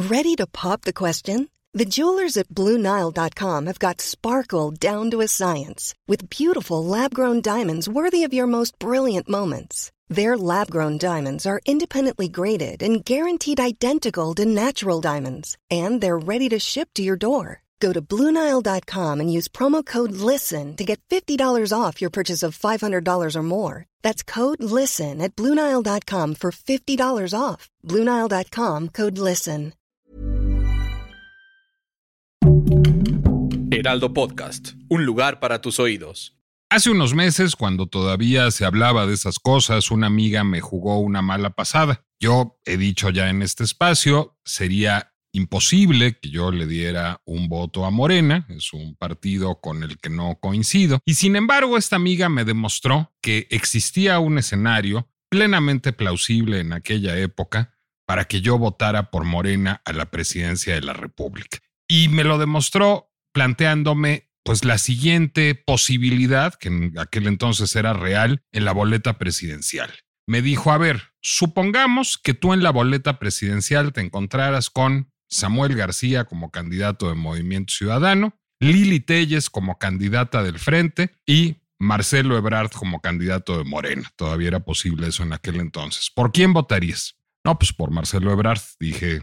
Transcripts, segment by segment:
Ready to pop the question? The jewelers at BlueNile.com have got sparkle down to a science with beautiful lab-grown diamonds worthy of your most brilliant moments. Their lab-grown diamonds are independently graded and guaranteed identical to natural diamonds, and they're ready to ship to your door. Go to BlueNile.com and use promo code LISTEN to get $50 off your purchase of $500 or more. That's code LISTEN at BlueNile.com for $50 off. BlueNile.com, code LISTEN. Heraldo Podcast, un lugar para tus oídos. Hace unos meses, cuando todavía se hablaba de esas cosas, una amiga me jugó una mala pasada. Yo he dicho ya en este espacio, sería imposible que yo le diera un voto a Morena, es un partido con el que no coincido, y sin embargo esta amiga me demostró que existía un escenario plenamente plausible en aquella época para que yo votara por Morena a la presidencia de la República. Y me lo demostró planteándome pues la siguiente posibilidad, que en aquel entonces era real, en la boleta presidencial. Me dijo, a ver, supongamos que tú en la boleta presidencial te encontraras con Samuel García como candidato de Movimiento Ciudadano, Lili Téllez como candidata del Frente y Marcelo Ebrard como candidato de Morena. Todavía era posible eso en aquel entonces. ¿Por quién votarías? No, pues por Marcelo Ebrard. Dije,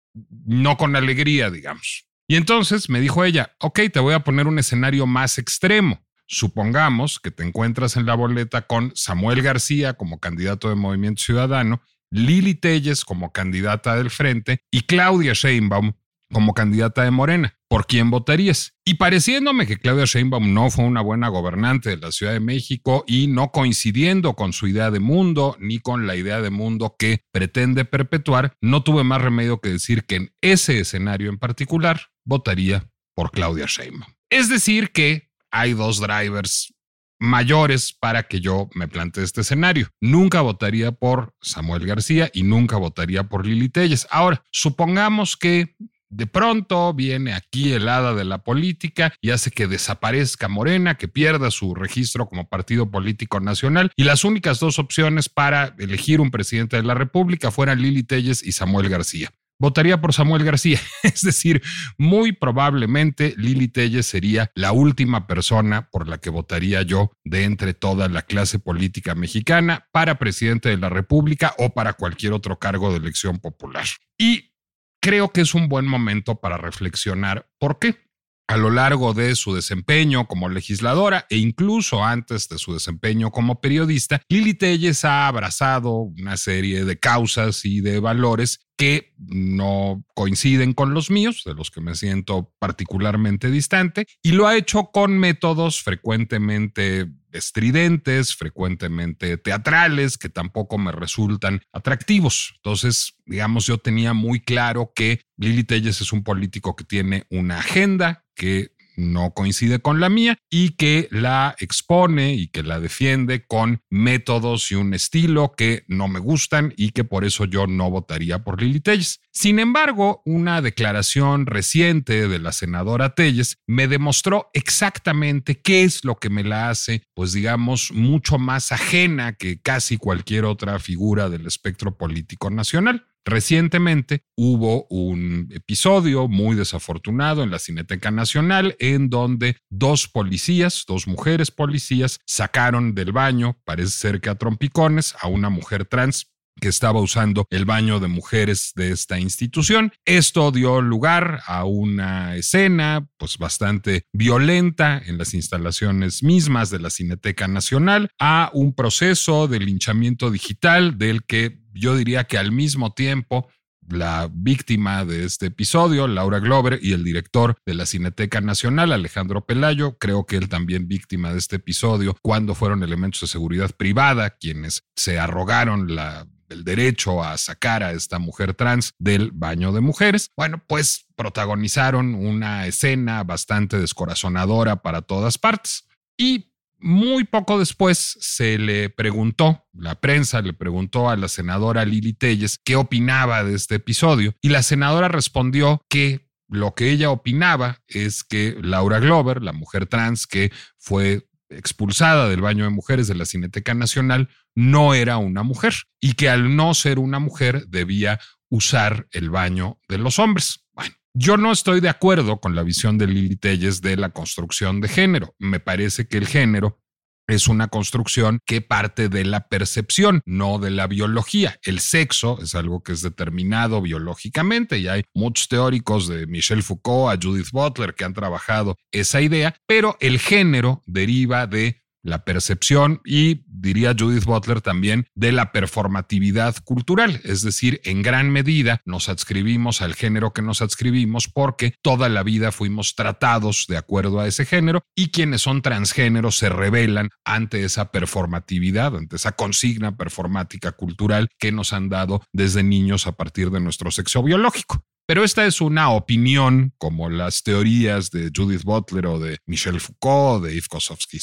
no con alegría, digamos. Y entonces me dijo ella, ok, te voy a poner un escenario más extremo. Supongamos que te encuentras en la boleta con Samuel García como candidato de Movimiento Ciudadano, Lili Téllez como candidata del Frente y Claudia Sheinbaum como candidata de Morena. ¿Por quién votarías? Y pareciéndome que Claudia Sheinbaum no fue una buena gobernante de la Ciudad de México y no coincidiendo con su idea de mundo ni con la idea de mundo que pretende perpetuar, no tuve más remedio que decir que en ese escenario en particular votaría por Claudia Sheinbaum. Es decir que hay dos drivers mayores para que yo me plantee este escenario. Nunca votaría por Samuel García y nunca votaría por Lili Téllez. Ahora, supongamos que de pronto viene aquí el hada de la política y hace que desaparezca Morena, que pierda su registro como partido político nacional y las únicas dos opciones para elegir un presidente de la República fueran Lili Téllez y Samuel García. Votaría por Samuel García, es decir, muy probablemente Lili Téllez sería la última persona por la que votaría yo de entre toda la clase política mexicana para presidente de la República o para cualquier otro cargo de elección popular. Y creo que es un buen momento para reflexionar por qué. A lo largo de su desempeño como legisladora e incluso antes de su desempeño como periodista, Lili Téllez ha abrazado una serie de causas y de valores que no coinciden con los míos, de los que me siento particularmente distante, y lo ha hecho con métodos frecuentemente estridentes, frecuentemente teatrales, que tampoco me resultan atractivos. Entonces, digamos, yo tenía muy claro que Lili Téllez es un político que tiene una agenda que no coincide con la mía y que la expone y que la defiende con métodos y un estilo que no me gustan y que por eso yo no votaría por Lili Téllez. Sin embargo, una declaración reciente de la senadora Téllez me demostró exactamente qué es lo que me la hace, pues digamos, mucho más ajena que casi cualquier otra figura del espectro político nacional. Recientemente hubo un episodio muy desafortunado en la Cineteca Nacional en donde dos mujeres policías, sacaron del baño, parece ser que a trompicones, a una mujer trans que estaba usando el baño de mujeres de esta institución. Esto dio lugar a una escena pues bastante violenta en las instalaciones mismas de la Cineteca Nacional, a un proceso de linchamiento digital del que yo diría que al mismo tiempo la víctima de este episodio, Laura Glover, y el director de la Cineteca Nacional, Alejandro Pelayo, creo que él también víctima de este episodio, cuando fueron elementos de seguridad privada quienes se arrogaron el derecho a sacar a esta mujer trans del baño de mujeres. Bueno, pues protagonizaron una escena bastante descorazonadora para todas partes. Y muy poco después la prensa le preguntó a la senadora Lili Téllez qué opinaba de este episodio y la senadora respondió que lo que ella opinaba es que Laura Glover, la mujer trans que fue expulsada del baño de mujeres de la Cineteca Nacional, no era una mujer y que al no ser una mujer debía usar el baño de los hombres. Bueno, yo no estoy de acuerdo con la visión de Lili Téllez de la construcción de género. Me parece que el género es una construcción que parte de la percepción, no de la biología. El sexo es algo que es determinado biológicamente y hay muchos teóricos de Michel Foucault a Judith Butler que han trabajado esa idea, pero el género deriva de la percepción y, diría Judith Butler también, de la performatividad cultural. Es decir, en gran medida nos adscribimos al género que nos adscribimos porque toda la vida fuimos tratados de acuerdo a ese género y quienes son transgéneros se rebelan ante esa performatividad, ante esa consigna performática cultural que nos han dado desde niños a partir de nuestro sexo biológico. Pero esta es una opinión, como las teorías de Judith Butler o de Michel Foucault, de Yves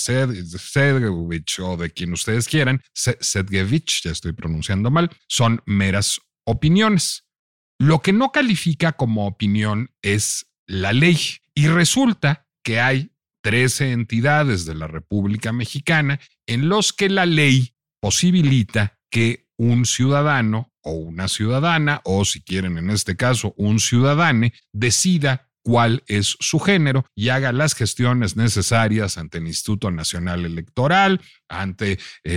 Sedgwick o de quien ustedes quieran, Sedgwick, ya estoy pronunciando mal, son meras opiniones. Lo que no califica como opinión es la ley. Y resulta que hay 13 entidades de la República Mexicana en los que la ley posibilita que un ciudadano o una ciudadana, o si quieren en este caso un ciudadane, decida cuál es su género y haga las gestiones necesarias ante el Instituto Nacional Electoral, ante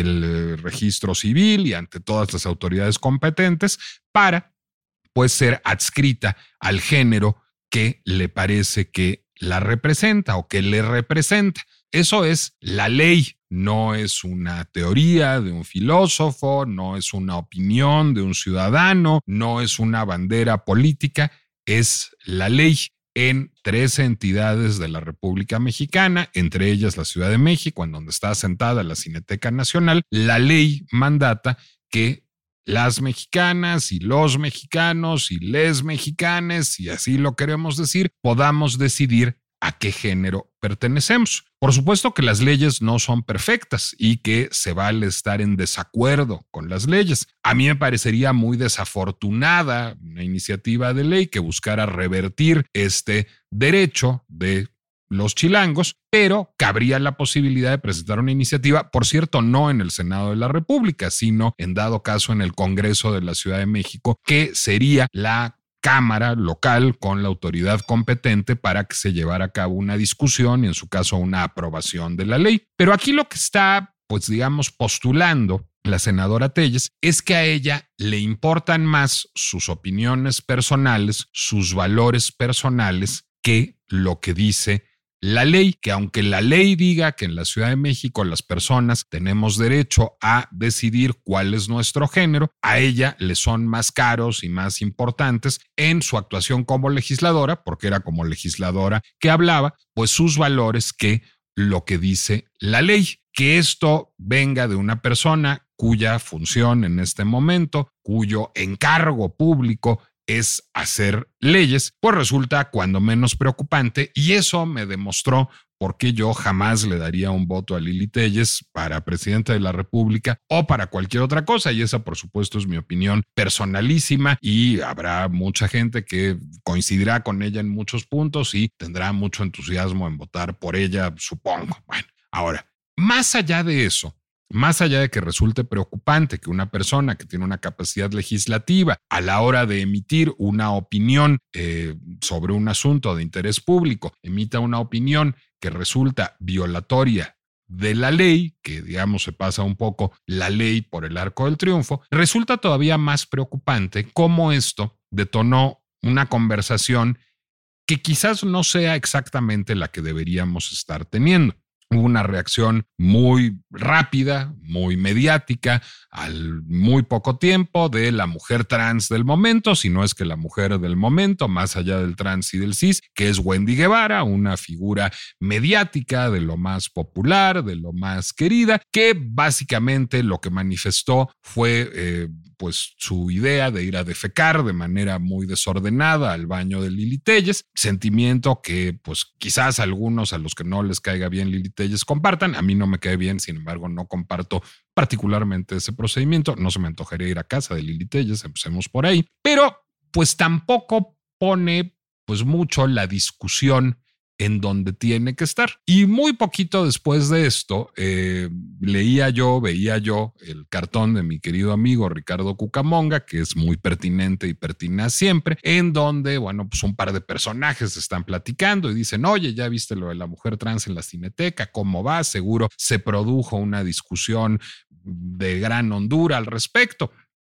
el registro civil y ante todas las autoridades competentes para, pues, ser adscrita al género que le parece que la representa o que le representa. Eso es la ley. No es una teoría de un filósofo, no es una opinión de un ciudadano, no es una bandera política, es la ley en 13 entidades de la República Mexicana, entre ellas la Ciudad de México, en donde está asentada la Cineteca Nacional. La ley mandata que las mexicanas y los mexicanos y les mexicanes, si así lo queremos decir, podamos decidir a qué género pertenecemos. Por supuesto que las leyes no son perfectas y que se vale estar en desacuerdo con las leyes. A mí me parecería muy desafortunada una iniciativa de ley que buscara revertir este derecho de los chilangos, pero cabría la posibilidad de presentar una iniciativa, por cierto, no en el Senado de la República, sino en dado caso en el Congreso de la Ciudad de México, que sería la cámara local con la autoridad competente para que se llevara a cabo una discusión y en su caso una aprobación de la ley. Pero aquí lo que está, pues digamos, postulando la senadora Téllez es que a ella le importan más sus opiniones personales, sus valores personales, que lo que dice la ley, que aunque la ley diga que en la Ciudad de México las personas tenemos derecho a decidir cuál es nuestro género, a ella le son más caros y más importantes en su actuación como legisladora, porque era como legisladora que hablaba, pues sus valores que lo que dice la ley. Que esto venga de una persona cuya función en este momento, cuyo encargo público es hacer leyes, pues resulta cuando menos preocupante, y eso me demostró por qué yo jamás le daría un voto a Lili Téllez para presidenta de la República o para cualquier otra cosa, y esa por supuesto es mi opinión personalísima y habrá mucha gente que coincidirá con ella en muchos puntos y tendrá mucho entusiasmo en votar por ella, supongo. Bueno, ahora, más allá de eso, más allá de que resulte preocupante que una persona que tiene una capacidad legislativa a la hora de emitir una opinión sobre un asunto de interés público, emita una opinión que resulta violatoria de la ley, que digamos se pasa un poco la ley por el arco del triunfo, resulta todavía más preocupante cómo esto detonó una conversación que quizás no sea exactamente la que deberíamos estar teniendo. Hubo una reacción muy rápida, muy mediática, al muy poco tiempo de la mujer trans del momento, si no es que la mujer del momento, más allá del trans y del cis, que es Wendy Guevara, una figura mediática de lo más popular, de lo más querida, que básicamente lo que manifestó fue pues su idea de ir a defecar de manera muy desordenada al baño de Lili Téllez, sentimiento que pues quizás algunos a los que no les caiga bien Lili Téllez compartan. A mí no me cae bien, sin embargo no comparto particularmente ese procedimiento. No se me antojaría ir a casa de Lili Téllez, empecemos por ahí, pero pues tampoco pone pues mucho la discusión en donde tiene que estar. Y muy poquito después de esto, veía yo el cartón de mi querido amigo Ricardo Cucamonga, que es muy pertinente y pertinaz siempre, en donde, bueno, pues un par de personajes están platicando y dicen, oye, ¿ya viste lo de la mujer trans en la Cineteca? ¿Cómo va? Seguro se produjo una discusión de gran hondura al respecto.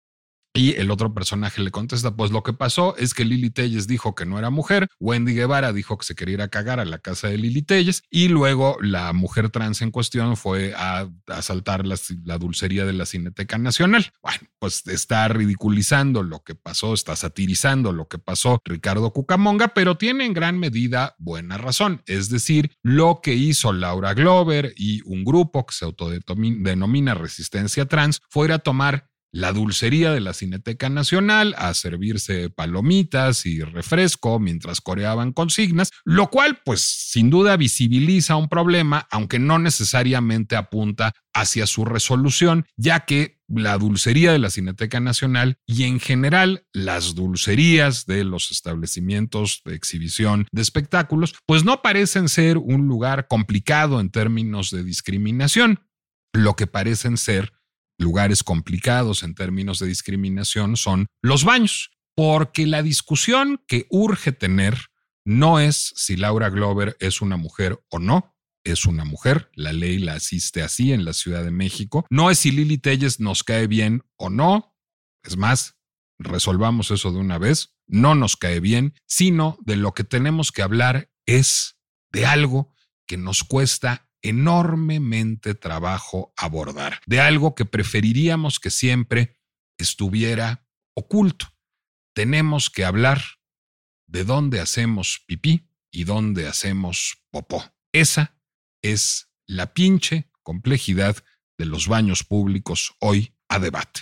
Y el otro personaje le contesta, pues lo que pasó es que Lili Telles dijo que no era mujer, Wendy Guevara dijo que se quería ir a cagar a la casa de Lili Telles y luego la mujer trans en cuestión fue a asaltar la dulcería de la Cineteca Nacional. Bueno, pues está ridiculizando lo que pasó, está satirizando lo que pasó Ricardo Cucamonga, pero tiene en gran medida buena razón. Es decir, lo que hizo Laura Glover y un grupo que se autodenomina Resistencia Trans fue ir a tomar la dulcería de la Cineteca Nacional a servirse palomitas y refresco mientras coreaban consignas, lo cual pues sin duda visibiliza un problema, aunque no necesariamente apunta hacia su resolución, ya que la dulcería de la Cineteca Nacional y en general las dulcerías de los establecimientos de exhibición de espectáculos pues no parecen ser un lugar complicado en términos de discriminación. Lo que parecen ser lugares complicados en términos de discriminación son los baños, porque la discusión que urge tener no es si Laura Glover es una mujer o no, es una mujer, la ley la asiste así en la Ciudad de México, no es si Lili Telles nos cae bien o no, es más, resolvamos eso de una vez, no nos cae bien, sino de lo que tenemos que hablar es de algo que nos cuesta enormemente trabajo abordar, de algo que preferiríamos que siempre estuviera oculto. Tenemos que hablar de dónde hacemos pipí y dónde hacemos popó. Esa es la pinche complejidad de los baños públicos hoy a debate.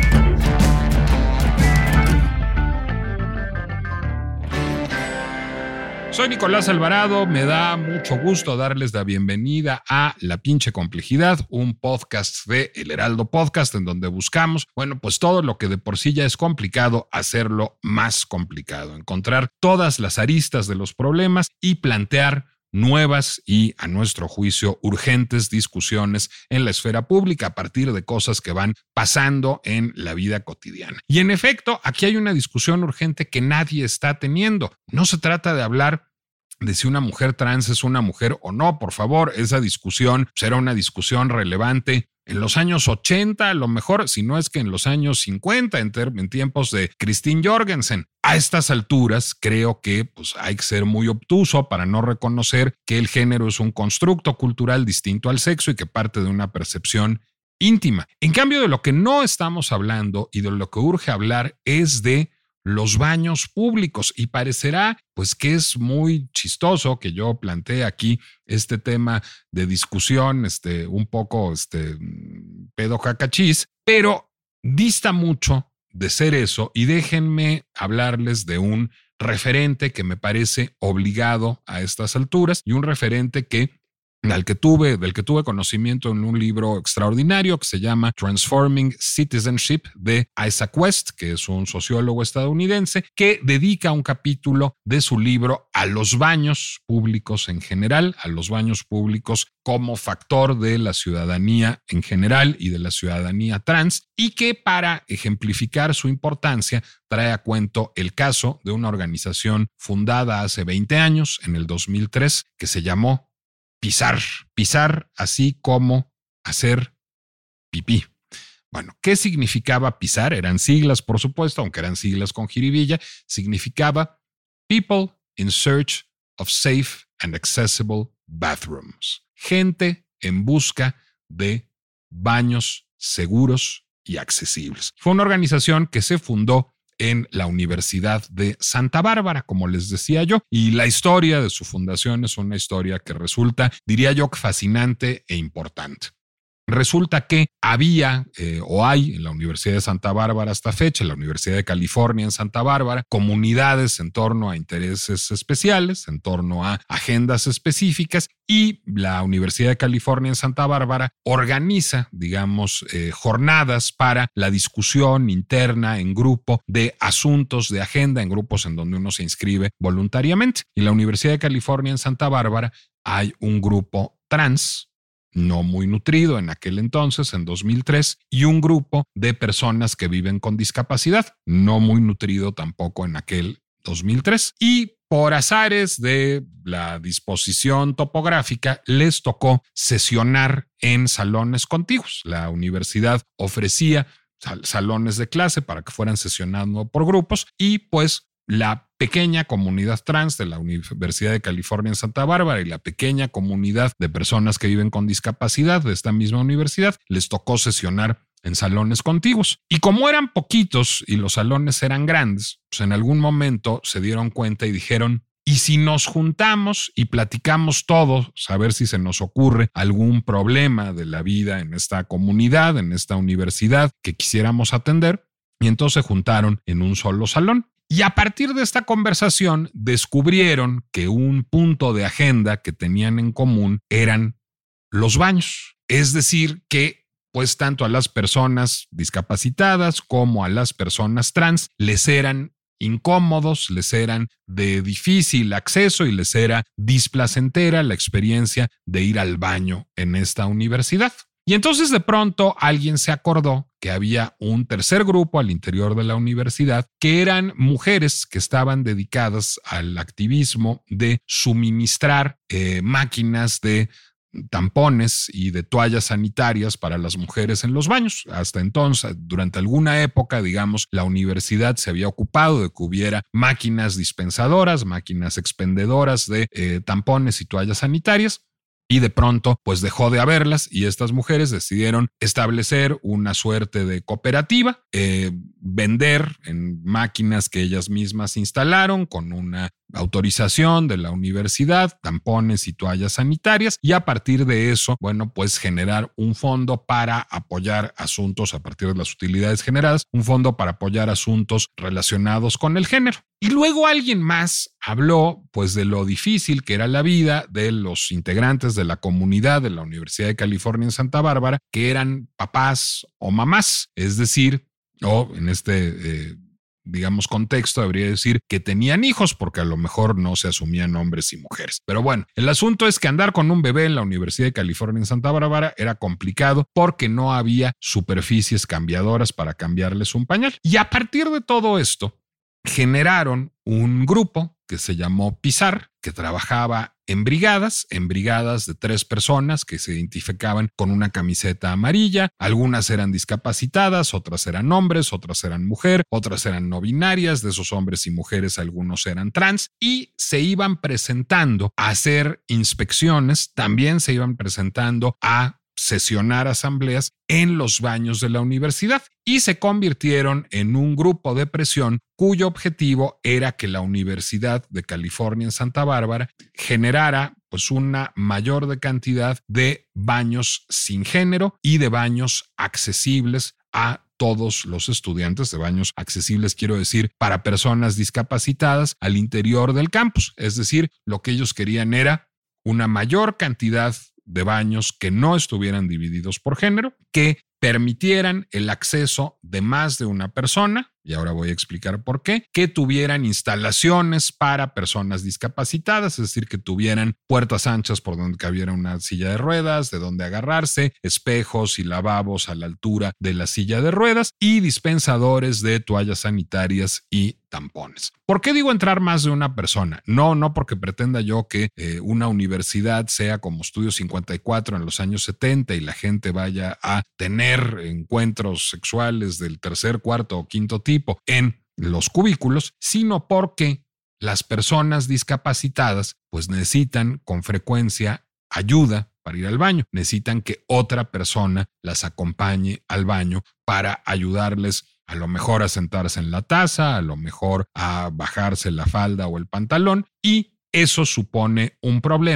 Soy Nicolás Alvarado, me da mucho gusto darles la bienvenida a La Pinche Complejidad, un podcast de El Heraldo Podcast en donde buscamos, bueno, pues todo lo que de por sí ya es complicado, hacerlo más complicado, encontrar todas las aristas de los problemas y plantear nuevas y, a nuestro juicio, urgentes discusiones en la esfera pública a partir de cosas que van pasando en la vida cotidiana. Y en efecto, aquí hay una discusión urgente que nadie está teniendo. No se trata de hablar de si una mujer trans es una mujer o no, por favor, esa discusión será una discusión relevante en los años 80, a lo mejor, si no es que en los años 50, en tiempos de Christine Jorgensen. A estas alturas, creo que pues, hay que ser muy obtuso para no reconocer que el género es un constructo cultural distinto al sexo y que parte de una percepción íntima. En cambio, de lo que no estamos hablando y de lo que urge hablar es de los baños públicos, y parecerá pues que es muy chistoso que yo plantee aquí este tema de discusión un poco pedo cacachís, pero dista mucho de ser eso, y déjenme hablarles de un referente que me parece obligado a estas alturas y un referente del que tuve conocimiento en un libro extraordinario que se llama Transforming Citizenship de Isaac West, que es un sociólogo estadounidense que dedica un capítulo de su libro a los baños públicos en general, a los baños públicos como factor de la ciudadanía en general y de la ciudadanía trans, y que para ejemplificar su importancia trae a cuento el caso de una organización fundada hace 20 años, en el 2003, que se llamó Pisar, así como hacer pipí. Bueno, ¿qué significaba pisar? Eran siglas, por supuesto, aunque eran siglas con jiribilla. Significaba People in Search of Safe and Accessible Bathrooms. Gente en busca de baños seguros y accesibles. Fue una organización que se fundó en la Universidad de Santa Bárbara, como les decía yo, y la historia de su fundación es una historia que resulta, diría yo, fascinante e importante. Resulta que había o hay en la Universidad de Santa Bárbara hasta fecha, en la Universidad de California en Santa Bárbara, comunidades en torno a intereses especiales, en torno a agendas específicas, y la Universidad de California en Santa Bárbara organiza, digamos, jornadas para la discusión interna en grupo de asuntos de agenda, en grupos en donde uno se inscribe voluntariamente. Y en la Universidad de California en Santa Bárbara hay un grupo trans, no muy nutrido en aquel entonces, en 2003, y un grupo de personas que viven con discapacidad, no muy nutrido tampoco en aquel 2003. Y por azares de la disposición topográfica, les tocó sesionar en salones contiguos. La universidad ofrecía salones de clase para que fueran sesionando por grupos, y pues la pequeña comunidad trans de la Universidad de California en Santa Bárbara y la pequeña comunidad de personas que viven con discapacidad de esta misma universidad les tocó sesionar en salones contiguos. Y como eran poquitos y los salones eran grandes, pues en algún momento se dieron cuenta y dijeron, ¿y si nos juntamos y platicamos todos, a ver si se nos ocurre algún problema de la vida en esta comunidad, en esta universidad que quisiéramos atender? Y entonces se juntaron en un solo salón. Y a partir de esta conversación descubrieron que un punto de agenda que tenían en común eran los baños. Es decir, que pues tanto a las personas discapacitadas como a las personas trans les eran incómodos, les eran de difícil acceso y les era displacentera la experiencia de ir al baño en esta universidad. Y entonces de pronto alguien se acordó que había un tercer grupo al interior de la universidad que eran mujeres que estaban dedicadas al activismo de suministrar máquinas de tampones y de toallas sanitarias para las mujeres en los baños. Hasta entonces, durante alguna época, digamos, la universidad se había ocupado de que hubiera máquinas dispensadoras, máquinas expendedoras de tampones y toallas sanitarias. Y de pronto, pues dejó de haberlas y estas mujeres decidieron establecer una suerte de cooperativa, vender en máquinas que ellas mismas instalaron con una autorización de la universidad, tampones y toallas sanitarias, y a partir de eso, bueno, pues generar un fondo para apoyar asuntos a partir de las utilidades generadas, un fondo para apoyar asuntos relacionados con el género. Y luego alguien más habló pues de lo difícil que era la vida de los integrantes de la comunidad de la Universidad de California en Santa Bárbara, que eran papás o mamás, es decir, o en este digamos contexto debería decir que tenían hijos porque a lo mejor no se asumían hombres y mujeres. Pero bueno, el asunto es que andar con un bebé en la Universidad de California en Santa Bárbara era complicado porque no había superficies cambiadoras para cambiarles un pañal. Y a partir de todo esto, generaron un grupo que se llamó PISAR, que trabajaba en brigadas de 3 personas que se identificaban con una camiseta amarilla. Algunas eran discapacitadas, otras eran hombres, otras eran mujer, otras eran no binarias. De esos hombres y mujeres, algunos eran trans, y se iban presentando a hacer inspecciones, también se iban presentando a sesionar asambleas en los baños de la universidad y se convirtieron en un grupo de presión cuyo objetivo era que la Universidad de California en Santa Bárbara generara pues una mayor cantidad de baños sin género y de baños accesibles a todos los estudiantes, de baños accesibles, quiero decir, para personas discapacitadas al interior del campus. Es decir, lo que ellos querían era una mayor cantidad de baños que no estuvieran divididos por género, que permitieran el acceso de más de una persona, y ahora voy a explicar por qué, que tuvieran instalaciones para personas discapacitadas, es decir, que tuvieran puertas anchas por donde cabiera una silla de ruedas, de donde agarrarse, espejos y lavabos a la altura de la silla de ruedas y dispensadores de toallas sanitarias y tampones. ¿Por qué digo entrar más de una persona? No porque pretenda yo que una universidad sea como Estudio 54 en los años 70 y la gente vaya a tener encuentros sexuales del tercer, cuarto o quinto tipo en los cubículos, sino porque las personas discapacitadas pues necesitan con frecuencia ayuda para ir al baño, necesitan que otra persona las acompañe al baño para ayudarles a lo mejor a sentarse en la taza, a lo mejor a bajarse la falda o el pantalón, y eso supone un problema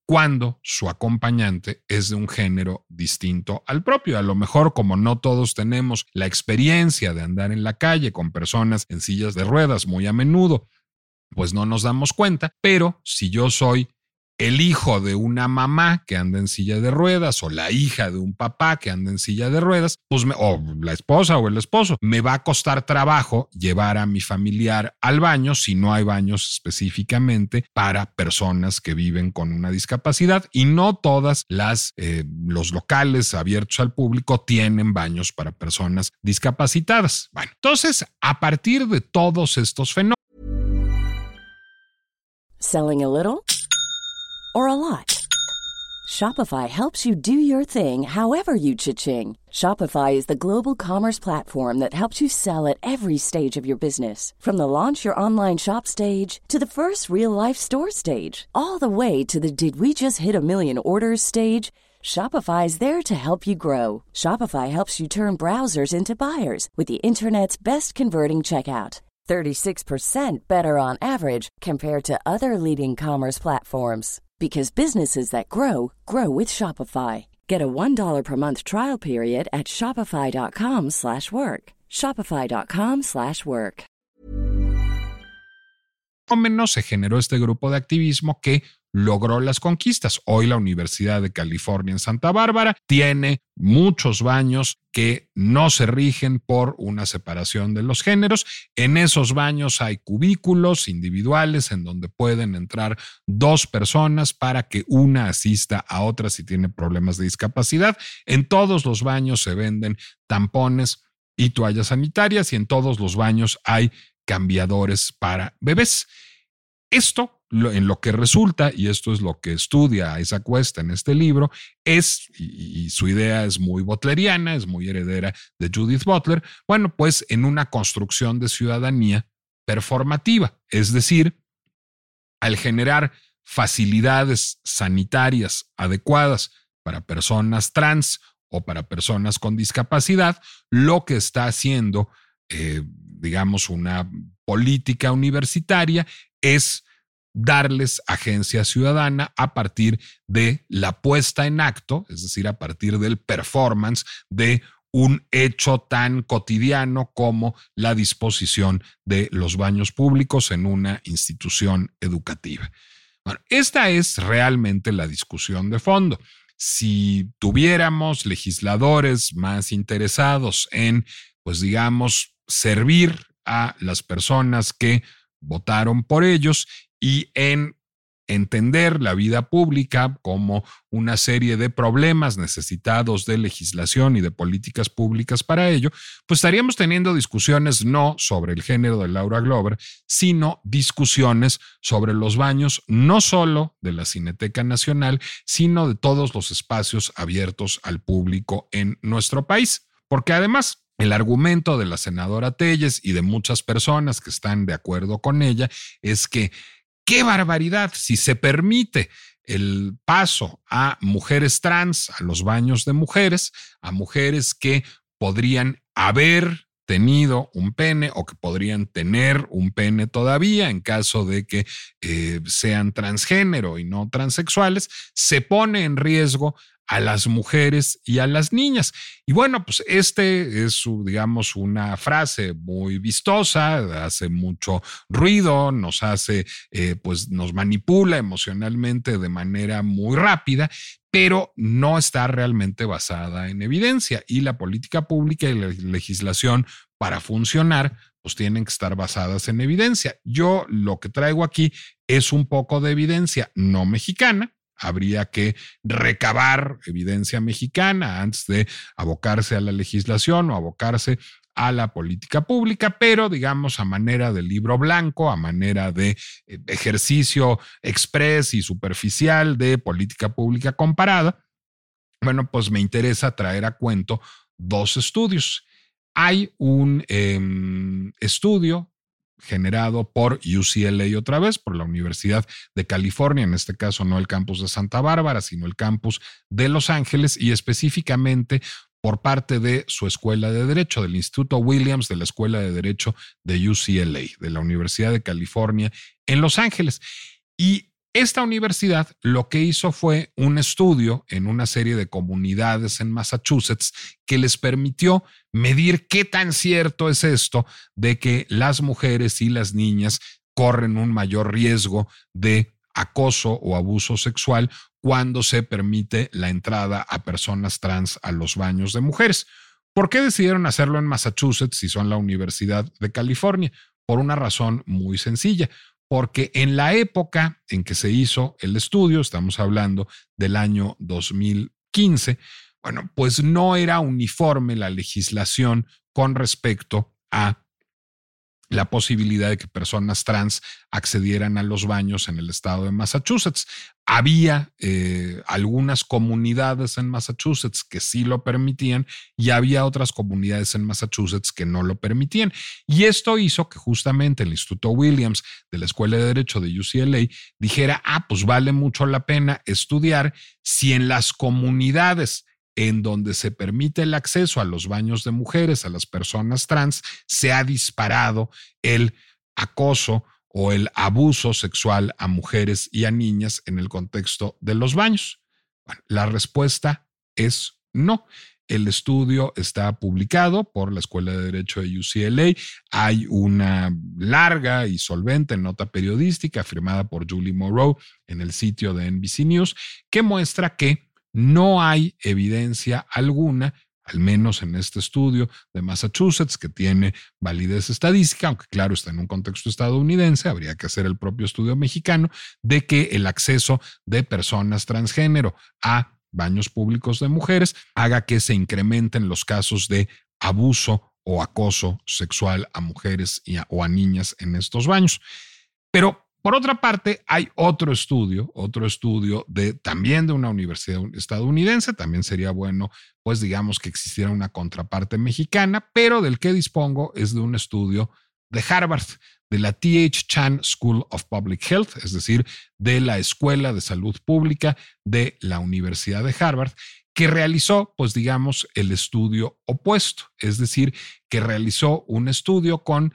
cuando su acompañante es de un género distinto al propio. A lo mejor, como no todos tenemos la experiencia de andar en la calle con personas en sillas de ruedas muy a menudo, pues no nos damos cuenta, pero si yo soy el hijo de una mamá que anda en silla de ruedas o la hija de un papá que anda en silla de ruedas, pues o la esposa o el esposo, me va a costar trabajo llevar a mi familiar al baño si no hay baños específicamente para personas que viven con una discapacidad, y no todas los locales abiertos al público tienen baños para personas discapacitadas. Bueno, entonces, a partir de todos estos fenómenos. Selling a little or a lot? Shopify helps you do your thing however you cha-ching. Shopify is the global commerce platform that helps you sell at every stage of your business. From the launch your online shop stage to the first real-life store stage, all the way to the did we just hit a million orders stage. Shopify's there to help you grow. Shopify helps you turn browsers into buyers with the internet's best converting checkout. 36% better on average compared to other leading commerce platforms. Because businesses that grow, grow with Shopify. Get a $1 per month trial period at shopify.com/work. Shopify.com/work. Se generó este grupo de activismo que logró las conquistas. Hoy la Universidad de California en Santa Bárbara tiene muchos baños que no se rigen por una separación de los géneros. En esos baños hay cubículos individuales en donde pueden entrar 2 personas para que una asista a otra si tiene problemas de discapacidad. En todos los baños se venden tampones y toallas sanitarias, y en todos los baños hay cambiadores para bebés. Esto, en lo que resulta, y esto es lo que estudia Isaac West en este libro, es, y su idea es muy butleriana, es muy heredera de Judith Butler, bueno, pues en una construcción de ciudadanía performativa, es decir, al generar facilidades sanitarias adecuadas para personas trans o para personas con discapacidad, lo que está haciendo, digamos, una política universitaria es darles agencia ciudadana a partir de la puesta en acto, es decir, a partir del performance de un hecho tan cotidiano como la disposición de los baños públicos en una institución educativa. Bueno, esta es realmente la discusión de fondo. Si tuviéramos legisladores más interesados en, pues digamos, servir a las personas que votaron por ellos y en entender la vida pública como una serie de problemas necesitados de legislación y de políticas públicas para ello, pues estaríamos teniendo discusiones no sobre el género de Laura Glover, sino discusiones sobre los baños, no solo de la Cineteca Nacional, sino de todos los espacios abiertos al público en nuestro país. Porque además, el argumento de la senadora Telles y de muchas personas que están de acuerdo con ella es que ¡qué barbaridad! Si se permite el paso a mujeres trans a los baños de mujeres, a mujeres que podrían haber tenido un pene o que podrían tener un pene todavía en caso de que sean transgénero y no transexuales, se pone en riesgo a las mujeres y a las niñas. Y bueno, pues este es, digamos, una frase muy vistosa, hace mucho ruido, nos hace, pues nos manipula emocionalmente de manera muy rápida, pero no está realmente basada en evidencia, y la política pública y la legislación para funcionar pues tienen que estar basadas en evidencia. Yo lo que traigo aquí es un poco de evidencia no mexicana. Habría que recabar evidencia mexicana antes de abocarse a la legislación o abocarse a la política pública, pero digamos a manera de libro blanco, a manera de ejercicio express y superficial de política pública comparada, bueno, pues me interesa traer a cuento 2 estudios. Hay un estudio generado por UCLA otra vez, por la Universidad de California, en este caso no el campus de Santa Bárbara, sino el campus de Los Ángeles, y específicamente por parte de su escuela de Derecho, del Instituto Williams de la Escuela de Derecho de UCLA, de la Universidad de California en Los Ángeles. Y Esta universidad lo que hizo fue un estudio en una serie de comunidades en Massachusetts que les permitió medir qué tan cierto es esto de que las mujeres y las niñas corren un mayor riesgo de acoso o abuso sexual cuando se permite la entrada a personas trans a los baños de mujeres. ¿Por qué decidieron hacerlo en Massachusetts si son la Universidad de California? Por una razón muy sencilla. Porque en la época en que se hizo el estudio, estamos hablando del año 2015, bueno, pues no era uniforme la legislación con respecto a la posibilidad de que personas trans accedieran a los baños en el estado de Massachusetts. Había algunas comunidades en Massachusetts que sí lo permitían y había otras comunidades en Massachusetts que no lo permitían. Y esto hizo que justamente el Instituto Williams de la Escuela de Derecho de UCLA dijera, pues vale mucho la pena estudiar si en las comunidades en donde se permite el acceso a los baños de mujeres, a las personas trans, se ha disparado el acoso o el abuso sexual a mujeres y a niñas en el contexto de los baños. Bueno, la respuesta es no. El estudio está publicado por la Escuela de Derecho de UCLA. Hay una larga y solvente nota periodística firmada por Julie Morrow en el sitio de NBC News que muestra que no hay evidencia alguna, al menos en este estudio de Massachusetts, que tiene validez estadística, aunque claro, está en un contexto estadounidense, habría que hacer el propio estudio mexicano, de que el acceso de personas transgénero a baños públicos de mujeres haga que se incrementen los casos de abuso o acoso sexual a mujeres o a niñas en estos baños. Pero por otra parte, hay otro estudio también de una universidad estadounidense, también sería bueno, pues digamos que existiera una contraparte mexicana, pero del que dispongo es de un estudio de Harvard, de la T.H. Chan School of Public Health, es decir, de la Escuela de Salud Pública de la Universidad de Harvard, que realizó, pues digamos, el estudio opuesto, es decir, que realizó un estudio con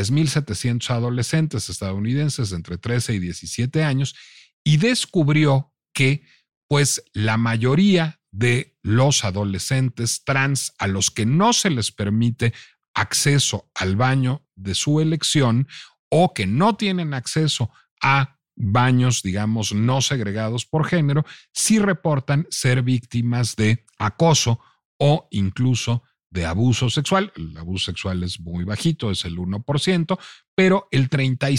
3,700 adolescentes estadounidenses de entre 13 y 17 años y descubrió que pues la mayoría de los adolescentes trans a los que no se les permite acceso al baño de su elección o que no tienen acceso a baños, digamos, no segregados por género, sí reportan ser víctimas de acoso o incluso de abuso sexual. El abuso sexual es muy bajito, es el 1%, pero el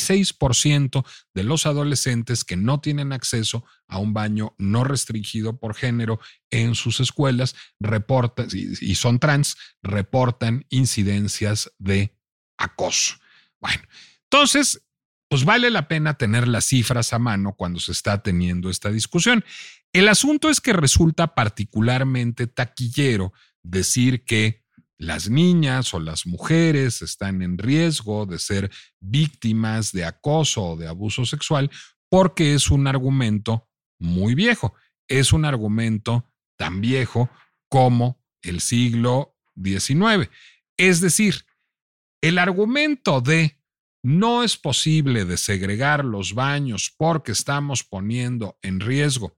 36% de los adolescentes que no tienen acceso a un baño no restringido por género en sus escuelas reportan, y son trans, reportan incidencias de acoso. Bueno, entonces, pues vale la pena tener las cifras a mano cuando se está teniendo esta discusión. El asunto es que resulta particularmente taquillero decir que las niñas o las mujeres están en riesgo de ser víctimas de acoso o de abuso sexual porque es un argumento muy viejo. Es un argumento tan viejo como el siglo XIX. Es decir, el argumento de no es posible desegregar los baños porque estamos poniendo en riesgo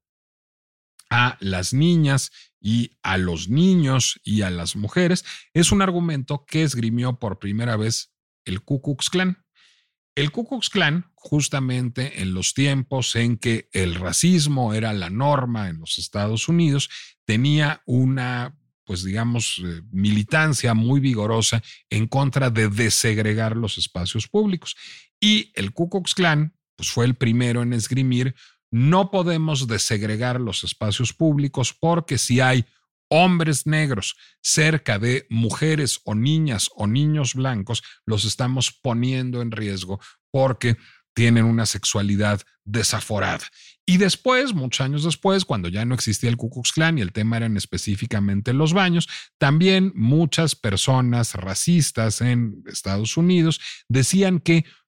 a las niñas y a los niños y a las mujeres, es un argumento que esgrimió por primera vez el Ku Klux Klan. El Ku Klux Klan, justamente en los tiempos en que el racismo era la norma en los Estados Unidos, tenía una, pues digamos, militancia muy vigorosa en contra de desegregar los espacios públicos. Y el Ku Klux Klan, pues fue el primero en esgrimir: no podemos desegregar los espacios públicos porque si hay hombres negros cerca de mujeres o niñas o niños blancos, los estamos poniendo en riesgo porque tienen una sexualidad desaforada. Y después, muchos años después, cuando ya no existía el Ku Klux Klan y el tema eran específicamente los baños, también muchas personas racistas en Estados Unidos decían que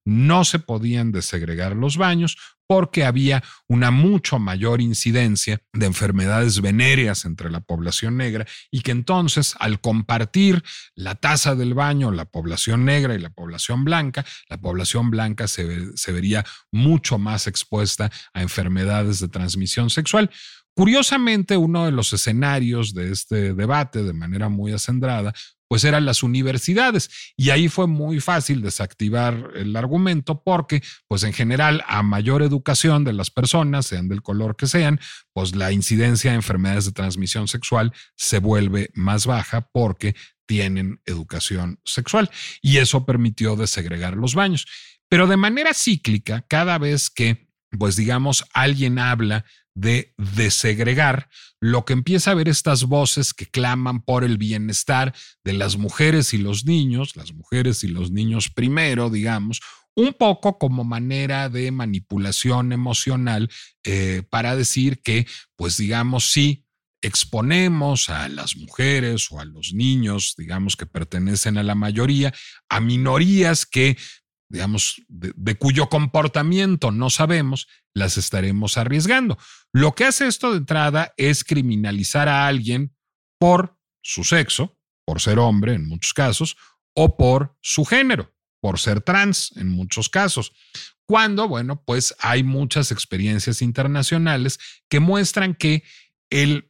no se podían desegregar los baños porque había una mucho mayor incidencia de enfermedades venéreas entre la población negra y que entonces al compartir la taza del baño, la población negra y la población blanca se vería mucho más expuesta a enfermedades de transmisión sexual. Curiosamente, uno de los escenarios de este debate, de manera muy acendrada, pues eran las universidades, y ahí fue muy fácil desactivar el argumento porque, pues en general, a mayor educación de las personas, sean del color que sean, pues la incidencia de enfermedades de transmisión sexual se vuelve más baja porque tienen educación sexual, y eso permitió desegregar los baños. Pero de manera cíclica, cada vez que, pues digamos, alguien habla de desegregar, lo que empieza a haber estas voces que claman por el bienestar de las mujeres y los niños primero, digamos, un poco como manera de manipulación emocional para decir que, pues digamos, sí, exponemos a las mujeres o a los niños, digamos, que pertenecen a la mayoría, a minorías que, digamos, de cuyo comportamiento no sabemos, las estaremos arriesgando. Lo que hace esto de entrada es criminalizar a alguien por su sexo, por ser hombre en muchos casos, o por su género, por ser trans en muchos casos. Cuando, bueno, pues hay muchas experiencias internacionales que muestran que el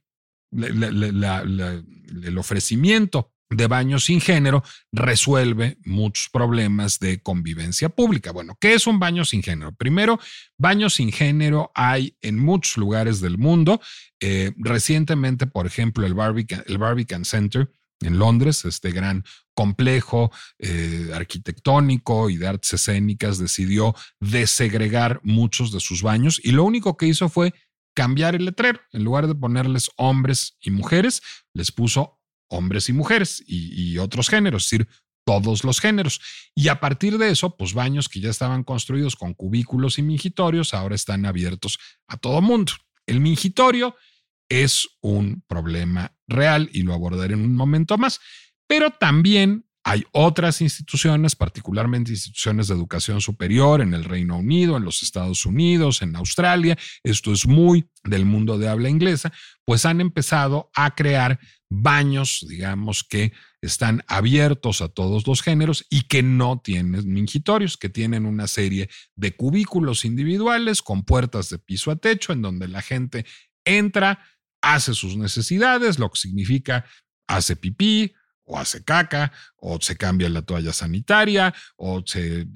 ofrecimiento de baños sin género resuelve muchos problemas de convivencia pública. Bueno, ¿qué es un baño sin género? Primero, baños sin género hay en muchos lugares del mundo. Recientemente, por ejemplo, el Barbican Center en Londres, este gran complejo arquitectónico y de artes escénicas, decidió desegregar muchos de sus baños y lo único que hizo fue cambiar el letrero. En lugar de ponerles hombres y mujeres, les puso hombres y mujeres y otros géneros, es decir, todos los géneros. Y a partir de eso, pues baños que ya estaban construidos con cubículos y mingitorios ahora están abiertos a todo mundo. El mingitorio es un problema real y lo abordaré en un momento más, pero también hay otras instituciones, particularmente instituciones de educación superior en el Reino Unido, en los Estados Unidos, en Australia, esto es muy del mundo de habla inglesa, pues han empezado a crear baños, digamos, que están abiertos a todos los géneros y que no tienen mingitorios, que tienen una serie de cubículos individuales con puertas de piso a techo en donde la gente entra, hace sus necesidades, lo que significa hace pipí, o hace caca, o se cambia la toalla sanitaria, o se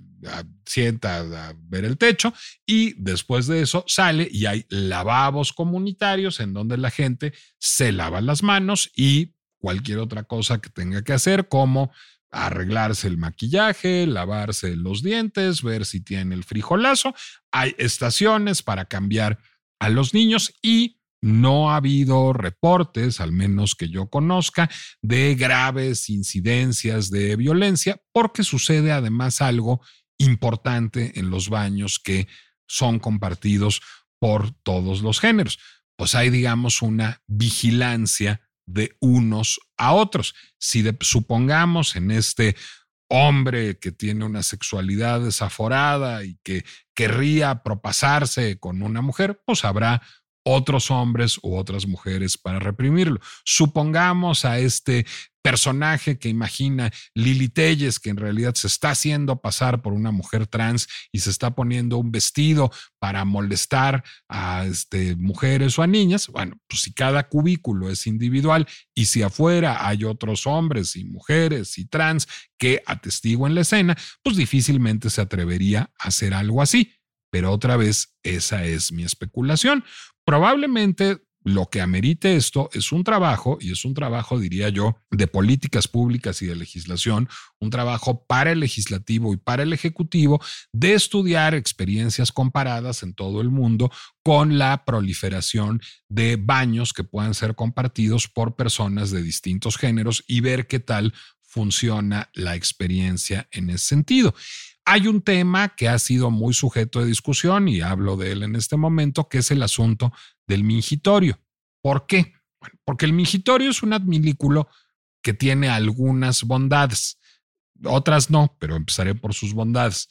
sienta a ver el techo, y después de eso sale y hay lavabos comunitarios en donde la gente se lava las manos y cualquier otra cosa que tenga que hacer, como arreglarse el maquillaje, lavarse los dientes, ver si tiene el frijolazo. Hay estaciones para cambiar a los niños y no ha habido reportes, al menos que yo conozca, de graves incidencias de violencia, porque sucede además algo importante en los baños que son compartidos por todos los géneros. Pues hay, digamos, una vigilancia de unos a otros. Si supongamos en este hombre que tiene una sexualidad desaforada y que querría propasarse con una mujer, pues habrá otros hombres u otras mujeres para reprimirlo. Supongamos a este personaje que imagina Lili Telles, que en realidad se está haciendo pasar por una mujer trans y se está poniendo un vestido para molestar a mujeres o a niñas. Bueno, pues si cada cubículo es individual y si afuera hay otros hombres y mujeres y trans que atestiguan la escena, pues difícilmente se atrevería a hacer algo así. Pero otra vez, esa es mi especulación. Probablemente lo que amerite esto es un trabajo, y es un trabajo, diría yo, de políticas públicas y de legislación, un trabajo para el legislativo y para el ejecutivo de estudiar experiencias comparadas en todo el mundo con la proliferación de baños que puedan ser compartidos por personas de distintos géneros y ver qué tal funciona la experiencia en ese sentido. Hay un tema que ha sido muy sujeto de discusión y hablo de él en este momento, que es el asunto del mingitorio. ¿Por qué? Bueno, porque el mingitorio es un adminículo que tiene algunas bondades, otras no, pero empezaré por sus bondades.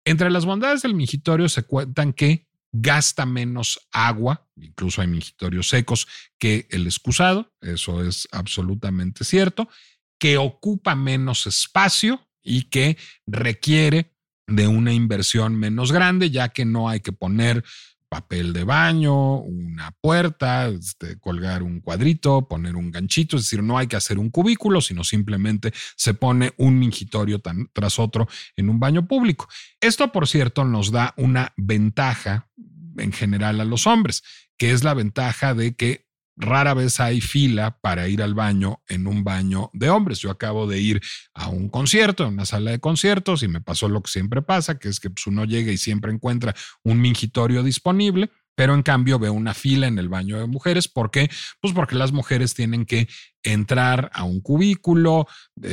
Entre las bondades del mingitorio se cuentan que gasta menos agua, incluso hay mingitorios secos, que el excusado, eso es absolutamente cierto, que ocupa menos espacio y que requiere de una inversión menos grande, ya que no hay que poner papel de baño, una puerta, colgar un cuadrito, poner un ganchito, es decir, no hay que hacer un cubículo, sino simplemente se pone un mingitorio tras otro en un baño público. Esto, por cierto, nos da una ventaja en general a los hombres, que es la ventaja de que rara vez hay fila para ir al baño en un baño de hombres. Yo acabo de ir a un concierto, en una sala de conciertos, y me pasó lo que siempre pasa, que es que pues, uno llega y siempre encuentra un mingitorio disponible, pero en cambio veo una fila en el baño de mujeres. ¿Por qué? Pues porque las mujeres tienen que entrar a un cubículo,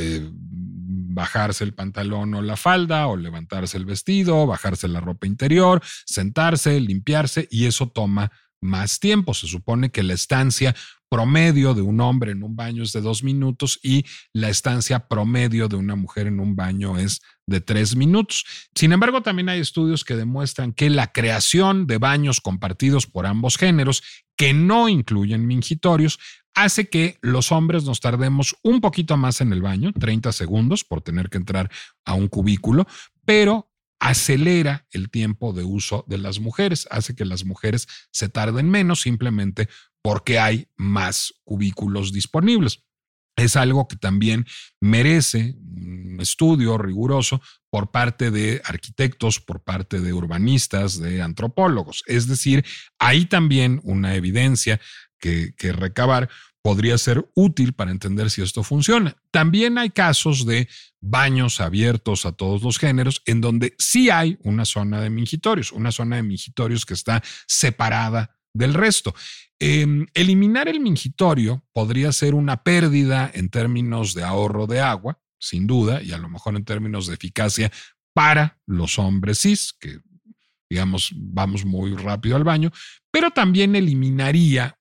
bajarse el pantalón o la falda, o levantarse el vestido, bajarse la ropa interior, sentarse, limpiarse, y eso toma más tiempo. Se supone que la estancia promedio de un hombre en un baño es de 2 minutos y la estancia promedio de una mujer en un baño es de 3 minutos. Sin embargo, también hay estudios que demuestran que la creación de baños compartidos por ambos géneros, que no incluyen mingitorios, hace que los hombres nos tardemos un poquito más en el baño, 30 segundos por tener que entrar a un cubículo, pero acelera el tiempo de uso de las mujeres, hace que las mujeres se tarden menos simplemente porque hay más cubículos disponibles. Es algo que también merece un estudio riguroso por parte de arquitectos, por parte de urbanistas, de antropólogos. Es decir, hay también una evidencia que recabar podría ser útil para entender si esto funciona. También hay casos de baños abiertos a todos los géneros en donde sí hay una zona de mingitorios que está separada del resto. Eliminar el mingitorio podría ser una pérdida en términos de ahorro de agua, sin duda, y a lo mejor en términos de eficacia para los hombres cis, que digamos vamos muy rápido al baño, pero también eliminaría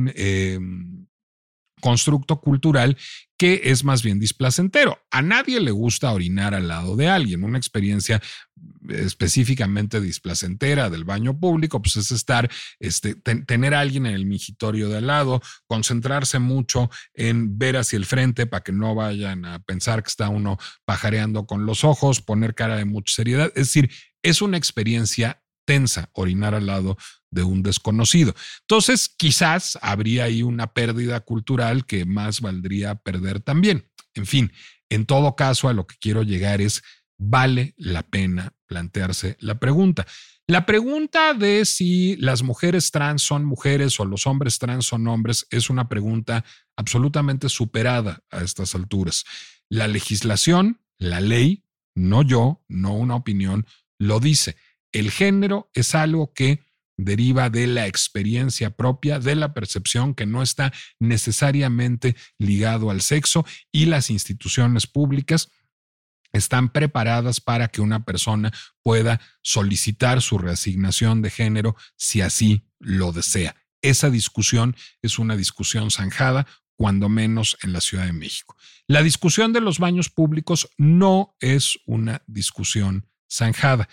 un constructo cultural que es más bien displacentero. A nadie le gusta orinar al lado de alguien. Una experiencia específicamente displacentera del baño público, pues es estar, tener a alguien en el mingitorio de al lado, concentrarse mucho en ver hacia el frente para que no vayan a pensar que está uno pajareando con los ojos, poner cara de mucha seriedad. Es decir, es una experiencia tensa orinar al lado de un desconocido. Entonces, quizás habría ahí una pérdida cultural que más valdría perder también. En fin, en todo caso, a lo que quiero llegar es, ¿vale la pena plantearse la pregunta? La pregunta de si las mujeres trans son mujeres o los hombres trans son hombres es una pregunta absolutamente superada a estas alturas. La legislación, la ley, no yo, no una opinión, lo dice. El género es algo que deriva de la experiencia propia, de la percepción, que no está necesariamente ligado al sexo, y las instituciones públicas están preparadas para que una persona pueda solicitar su reasignación de género si así lo desea. Esa discusión es una discusión zanjada, cuando menos en la Ciudad de México. La discusión de los baños públicos no es una discusión zanjada.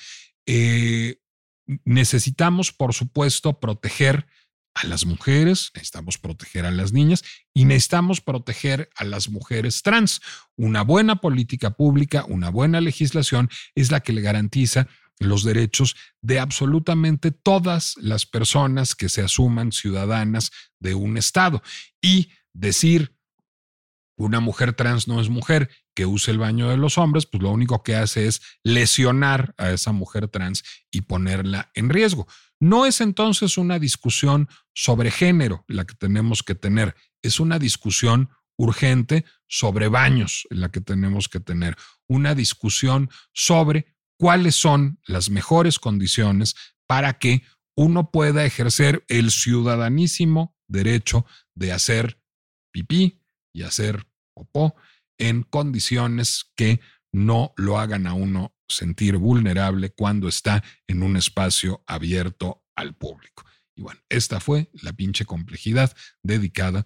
Necesitamos, por supuesto, proteger a las mujeres, necesitamos proteger a las niñas y necesitamos proteger a las mujeres trans. Una buena política pública, una buena legislación es la que le garantiza los derechos de absolutamente todas las personas que se asuman ciudadanas de un estado. Y decir una mujer trans no es mujer que use el baño de los hombres, pues lo único que hace es lesionar a esa mujer trans y ponerla en riesgo. No es entonces una discusión sobre género la que tenemos que tener, es una discusión urgente sobre baños la que tenemos que tener, una discusión sobre cuáles son las mejores condiciones para que uno pueda ejercer el ciudadanísimo derecho de hacer pipí y hacer popó en condiciones que no lo hagan a uno sentir vulnerable cuando está en un espacio abierto al público. Y bueno, esta fue la pinche complejidad dedicada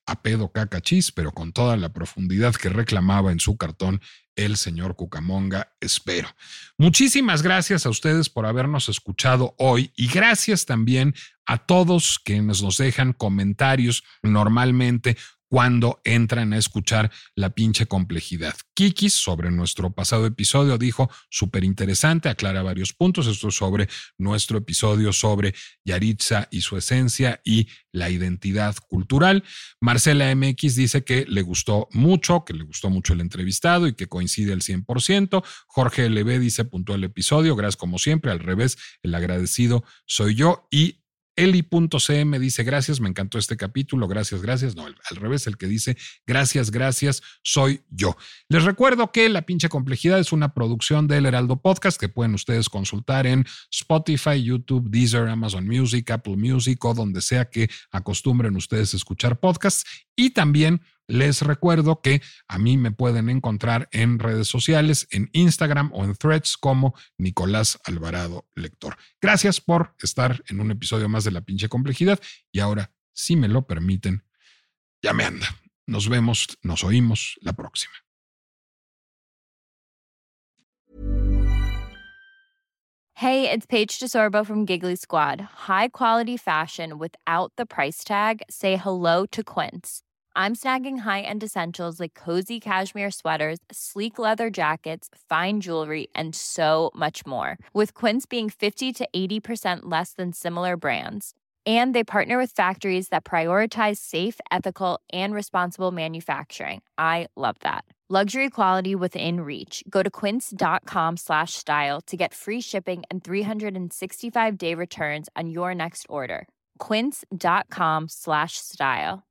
a pedo cacachis, pero con toda la profundidad que reclamaba en su cartón el señor Cucamonga, espero. Muchísimas gracias a ustedes por habernos escuchado hoy y gracias también a todos quienes nos dejan comentarios normalmente cuando entran a escuchar La Pinche Complejidad. Kikis, sobre nuestro pasado episodio, dijo súper interesante, aclara varios puntos. Esto es sobre nuestro episodio sobre Yaritza y su esencia y la identidad cultural. Marcela MX dice que le gustó mucho el entrevistado y que coincide al 100%. Jorge LB dice, puntuó el episodio, gracias como siempre, al revés, el agradecido soy yo. Y Eli.cm dice, gracias, me encantó este capítulo, gracias, no, al revés, el que dice, gracias, soy yo. Les recuerdo que La Pinche Complejidad es una producción del Heraldo Podcast que pueden ustedes consultar en Spotify, YouTube, Deezer, Amazon Music, Apple Music o donde sea que acostumbren ustedes a escuchar podcasts. Y también les recuerdo que a mí me pueden encontrar en redes sociales, en Instagram o en Threads como Nicolás Alvarado Lector. Gracias por estar en un episodio más de La Pinche Complejidad y ahora, si me lo permiten, ya me anda. Nos vemos, nos oímos la próxima. Hey, it's Paige DeSorbo from Giggly Squad. High quality fashion without the price tag. Say hello to Quince. I'm snagging high-end essentials like cozy cashmere sweaters, sleek leather jackets, fine jewelry, and so much more. With Quince being 50 to 80% less than similar brands. And they partner with factories that prioritize safe, ethical, and responsible manufacturing. I love that. Luxury quality within reach. Go to quince.com/style to get free shipping and 365-day returns on your next order. Quince.com/style.